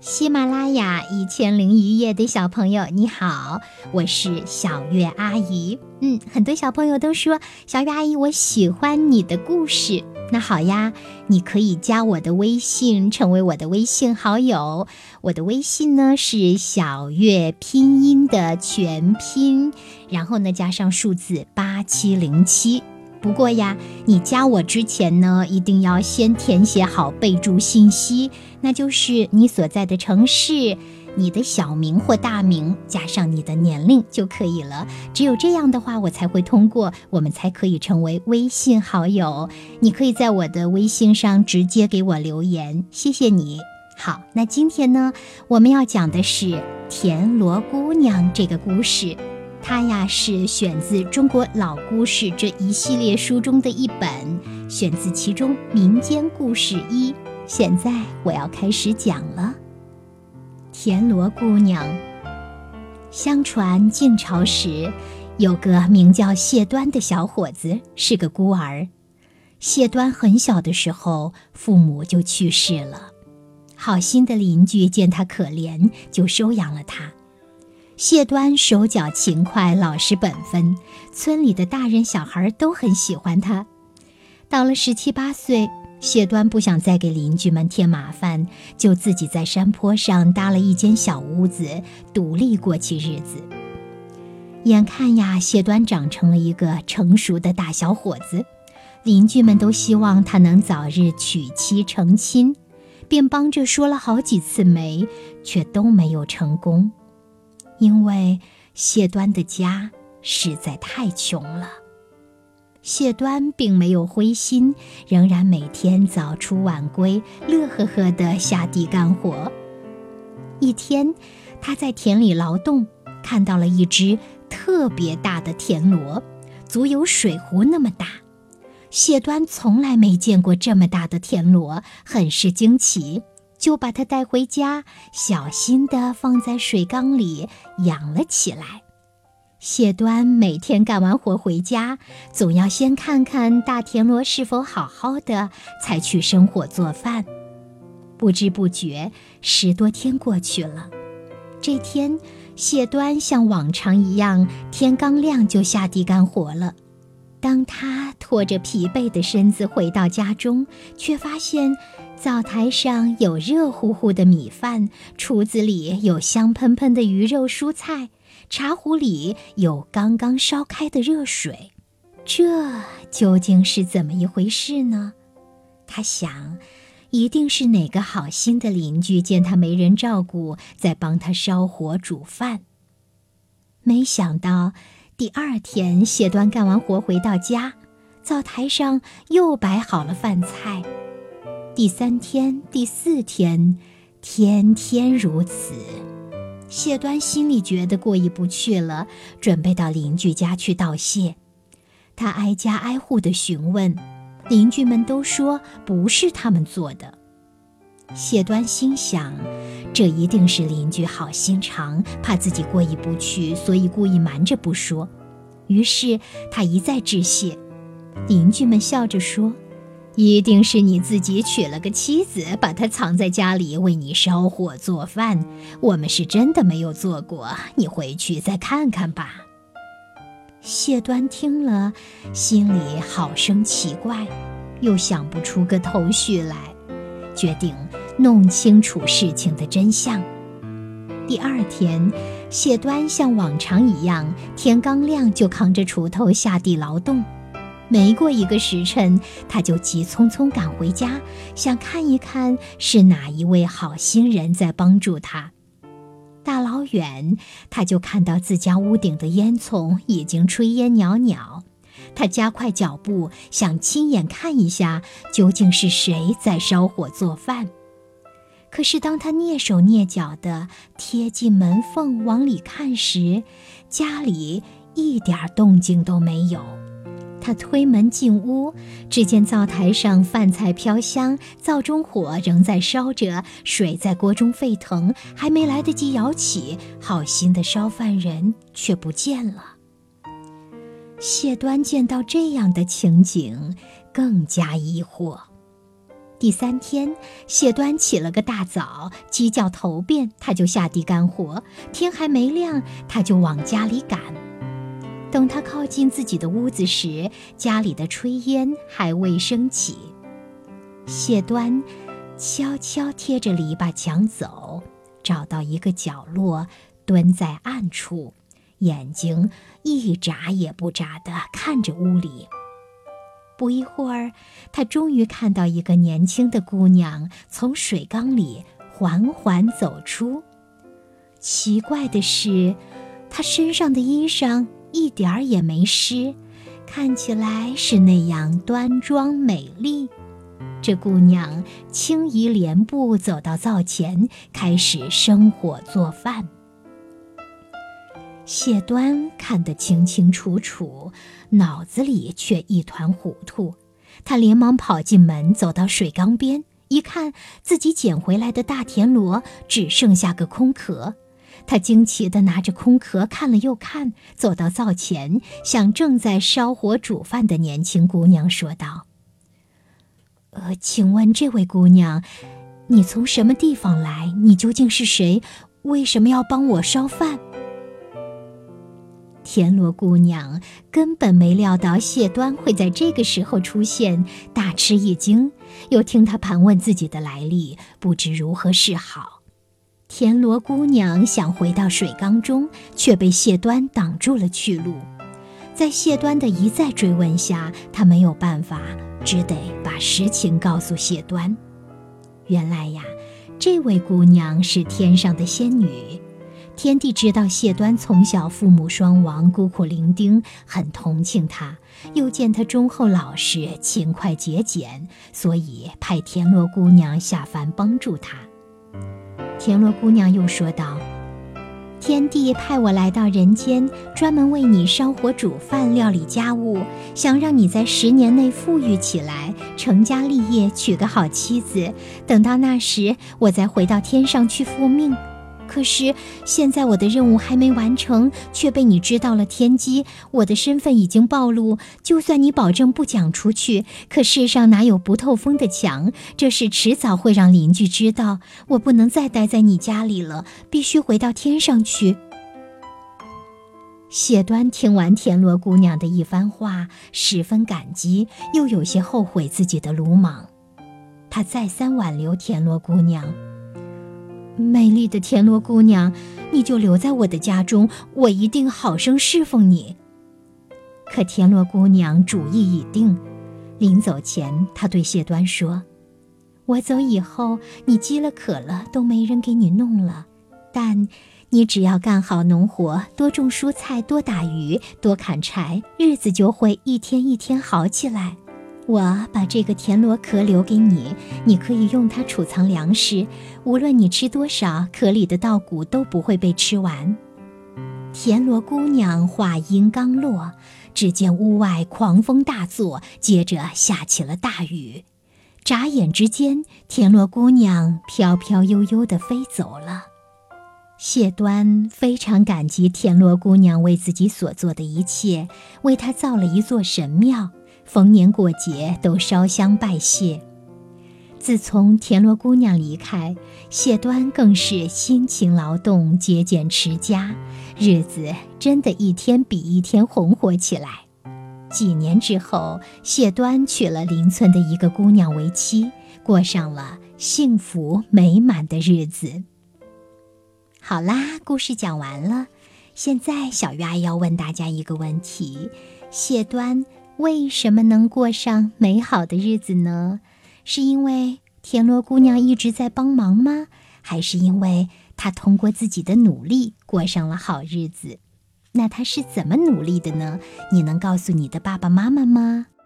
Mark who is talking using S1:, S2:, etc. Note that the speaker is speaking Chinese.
S1: 喜马拉雅1001夜的小朋友你好，我是小月阿姨。很多小朋友都说，小月阿姨我喜欢你的故事。那好呀，你可以加我的微信，成为我的微信好友。我的微信呢是小月拼音的全拼，然后呢加上数字8707。不过呀，你加我之前呢，一定要先填写好备注信息，那就是你所在的城市、你的小名或大名，加上你的年龄就可以了。只有这样的话，我才会通过，我们才可以成为微信好友。你可以在我的微信上直接给我留言，谢谢你。好，那今天呢，我们要讲的是田螺姑娘这个故事。它呀是选自《中国老故事》这一系列书中的一本，选自其中民间故事1。现在我要开始讲了。田螺姑娘。相传晋朝时，有个名叫谢端的小伙子，是个孤儿。谢端很小的时候，父母就去世了。好心的邻居见他可怜，就收养了他。谢端手脚勤快，老实本分，村里的大人小孩都很喜欢他。到了17、18岁，谢端不想再给邻居们添麻烦，就自己在山坡上搭了一间小屋子，独立过起日子。眼看呀，谢端长成了一个成熟的大小伙子，邻居们都希望他能早日娶妻成亲，便帮着说了好几次媒，却都没有成功。因为谢端的家实在太穷了。谢端并没有灰心，仍然每天早出晚归，乐呵呵地下地干活。一天，他在田里劳动，看到了一只特别大的田螺，足有水壶那么大。谢端从来没见过这么大的田螺，很是惊奇，就把它带回家，小心地放在水缸里养了起来。谢端每天干完活回家，总要先看看大田螺是否好好的，才去生火做饭。不知不觉10多天过去了。这天，谢端像往常一样，天刚亮就下地干活了。当他拖着疲惫的身子回到家中，却发现灶台上有热乎乎的米饭，厨子里有香喷喷的鱼肉蔬菜，茶壶里有刚刚烧开的热水。这究竟是怎么一回事呢？他想，一定是哪个好心的邻居见他没人照顾，在帮他烧火煮饭。没想到第2天，谢端干完活回到家，灶台上又摆好了饭菜。第3天、第4天，天天如此。谢端心里觉得过意不去了，准备到邻居家去道谢。他挨家挨户地询问，邻居们都说不是他们做的。谢端心想，这一定是邻居好心肠，怕自己过意不去，所以故意瞒着不说。于是他一再致谢，邻居们笑着说，一定是你自己娶了个妻子，把她藏在家里为你烧火做饭，我们是真的没有做过，你回去再看看吧。谢端听了，心里好生奇怪，又想不出个头绪来，决定弄清楚事情的真相。第2天，谢端像往常一样，天刚亮就扛着锄头下地劳动。没过1个时辰，他就急匆匆赶回家，想看一看是哪一位好心人在帮助他。大老远，他就看到自家屋顶的烟囱已经炊烟袅袅。他加快脚步，想亲眼看一下究竟是谁在烧火做饭。可是当他蹑手蹑脚地贴近门缝往里看时，家里一点动静都没有。他推门进屋，只见灶台上饭菜飘香，灶中火仍在烧着，水在锅中沸腾，还没来得及舀起，好心的烧饭人却不见了。谢端见到这样的情景，更加疑惑。 第3天，谢端起了个大早，鸡叫头遍，他就下地干活，天还没亮，他就往家里赶。等他靠近自己的屋子时，家里的炊烟还未升起。谢端悄悄贴着篱笆墙走，找到一个角落，蹲在暗处，眼睛一眨也不眨地看着屋里。不一会儿，他终于看到一个年轻的姑娘从水缸里缓缓走出。奇怪的是，她身上的衣裳一点儿也没湿，看起来是那样端庄美丽。这姑娘轻移莲步走到灶前，开始生火做饭。谢端看得清清楚楚，脑子里却一团糊涂。他连忙跑进门，走到水缸边，一看自己捡回来的大田螺只剩下个空壳。他惊奇地拿着空壳看了又看，走到灶前，向正在烧火煮饭的年轻姑娘说道：请问这位姑娘，你从什么地方来？你究竟是谁？为什么要帮我烧饭？田螺姑娘根本没料到谢端会在这个时候出现，大吃一惊，又听他盘问自己的来历，不知如何是好。田螺姑娘想回到水缸中，却被谢端挡住了去路。在谢端的一再追问下，她没有办法，只得把实情告诉谢端。原来呀，这位姑娘是天上的仙女。天帝知道谢端从小父母双亡，孤苦伶仃，很同情他，又见他忠厚老实，勤快节俭，所以派田螺姑娘下凡帮助他。田螺姑娘又说道：天帝派我来到人间，专门为你烧火煮饭，料理家务，想让你在10年内富裕起来，成家立业，娶个好妻子，等到那时我再回到天上去复命。可是现在我的任务还没完成，却被你知道了天机，我的身份已经暴露，就算你保证不讲出去，可世上哪有不透风的墙，这事迟早会让邻居知道，我不能再待在你家里了，必须回到天上去。谢端听完田螺姑娘的一番话，十分感激，又有些后悔自己的鲁莽。他再三挽留田螺姑娘：美丽的田螺姑娘，你就留在我的家中，我一定好生侍奉你。可田螺姑娘主意已定，临走前，她对谢端说：我走以后，你饥了渴了都没人给你弄了，但你只要干好农活，多种蔬菜，多打鱼，多砍柴，日子就会一天一天好起来。我把这个田螺壳留给你，你可以用它储藏粮食，无论你吃多少，壳里的稻谷都不会被吃完。田螺姑娘话音刚落，只见屋外狂风大作，接着下起了大雨。眨眼之间，田螺姑娘飘飘悠悠地飞走了。谢端非常感激田螺姑娘为自己所做的一切，为她造了一座神庙，逢年过节都烧香拜谢。自从田螺姑娘离开，谢端更是辛勤劳动，节俭持家，日子真的一天比一天红火起来。几年之后，谢端娶了邻村的一个姑娘为妻，过上了幸福美满的日子。好啦，故事讲完了。现在小鱼阿姨要问大家一个问题：谢端为什么能过上美好的日子呢？是因为田螺姑娘一直在帮忙吗？还是因为她通过自己的努力过上了好日子？那她是怎么努力的呢？你能告诉你的爸爸妈妈吗？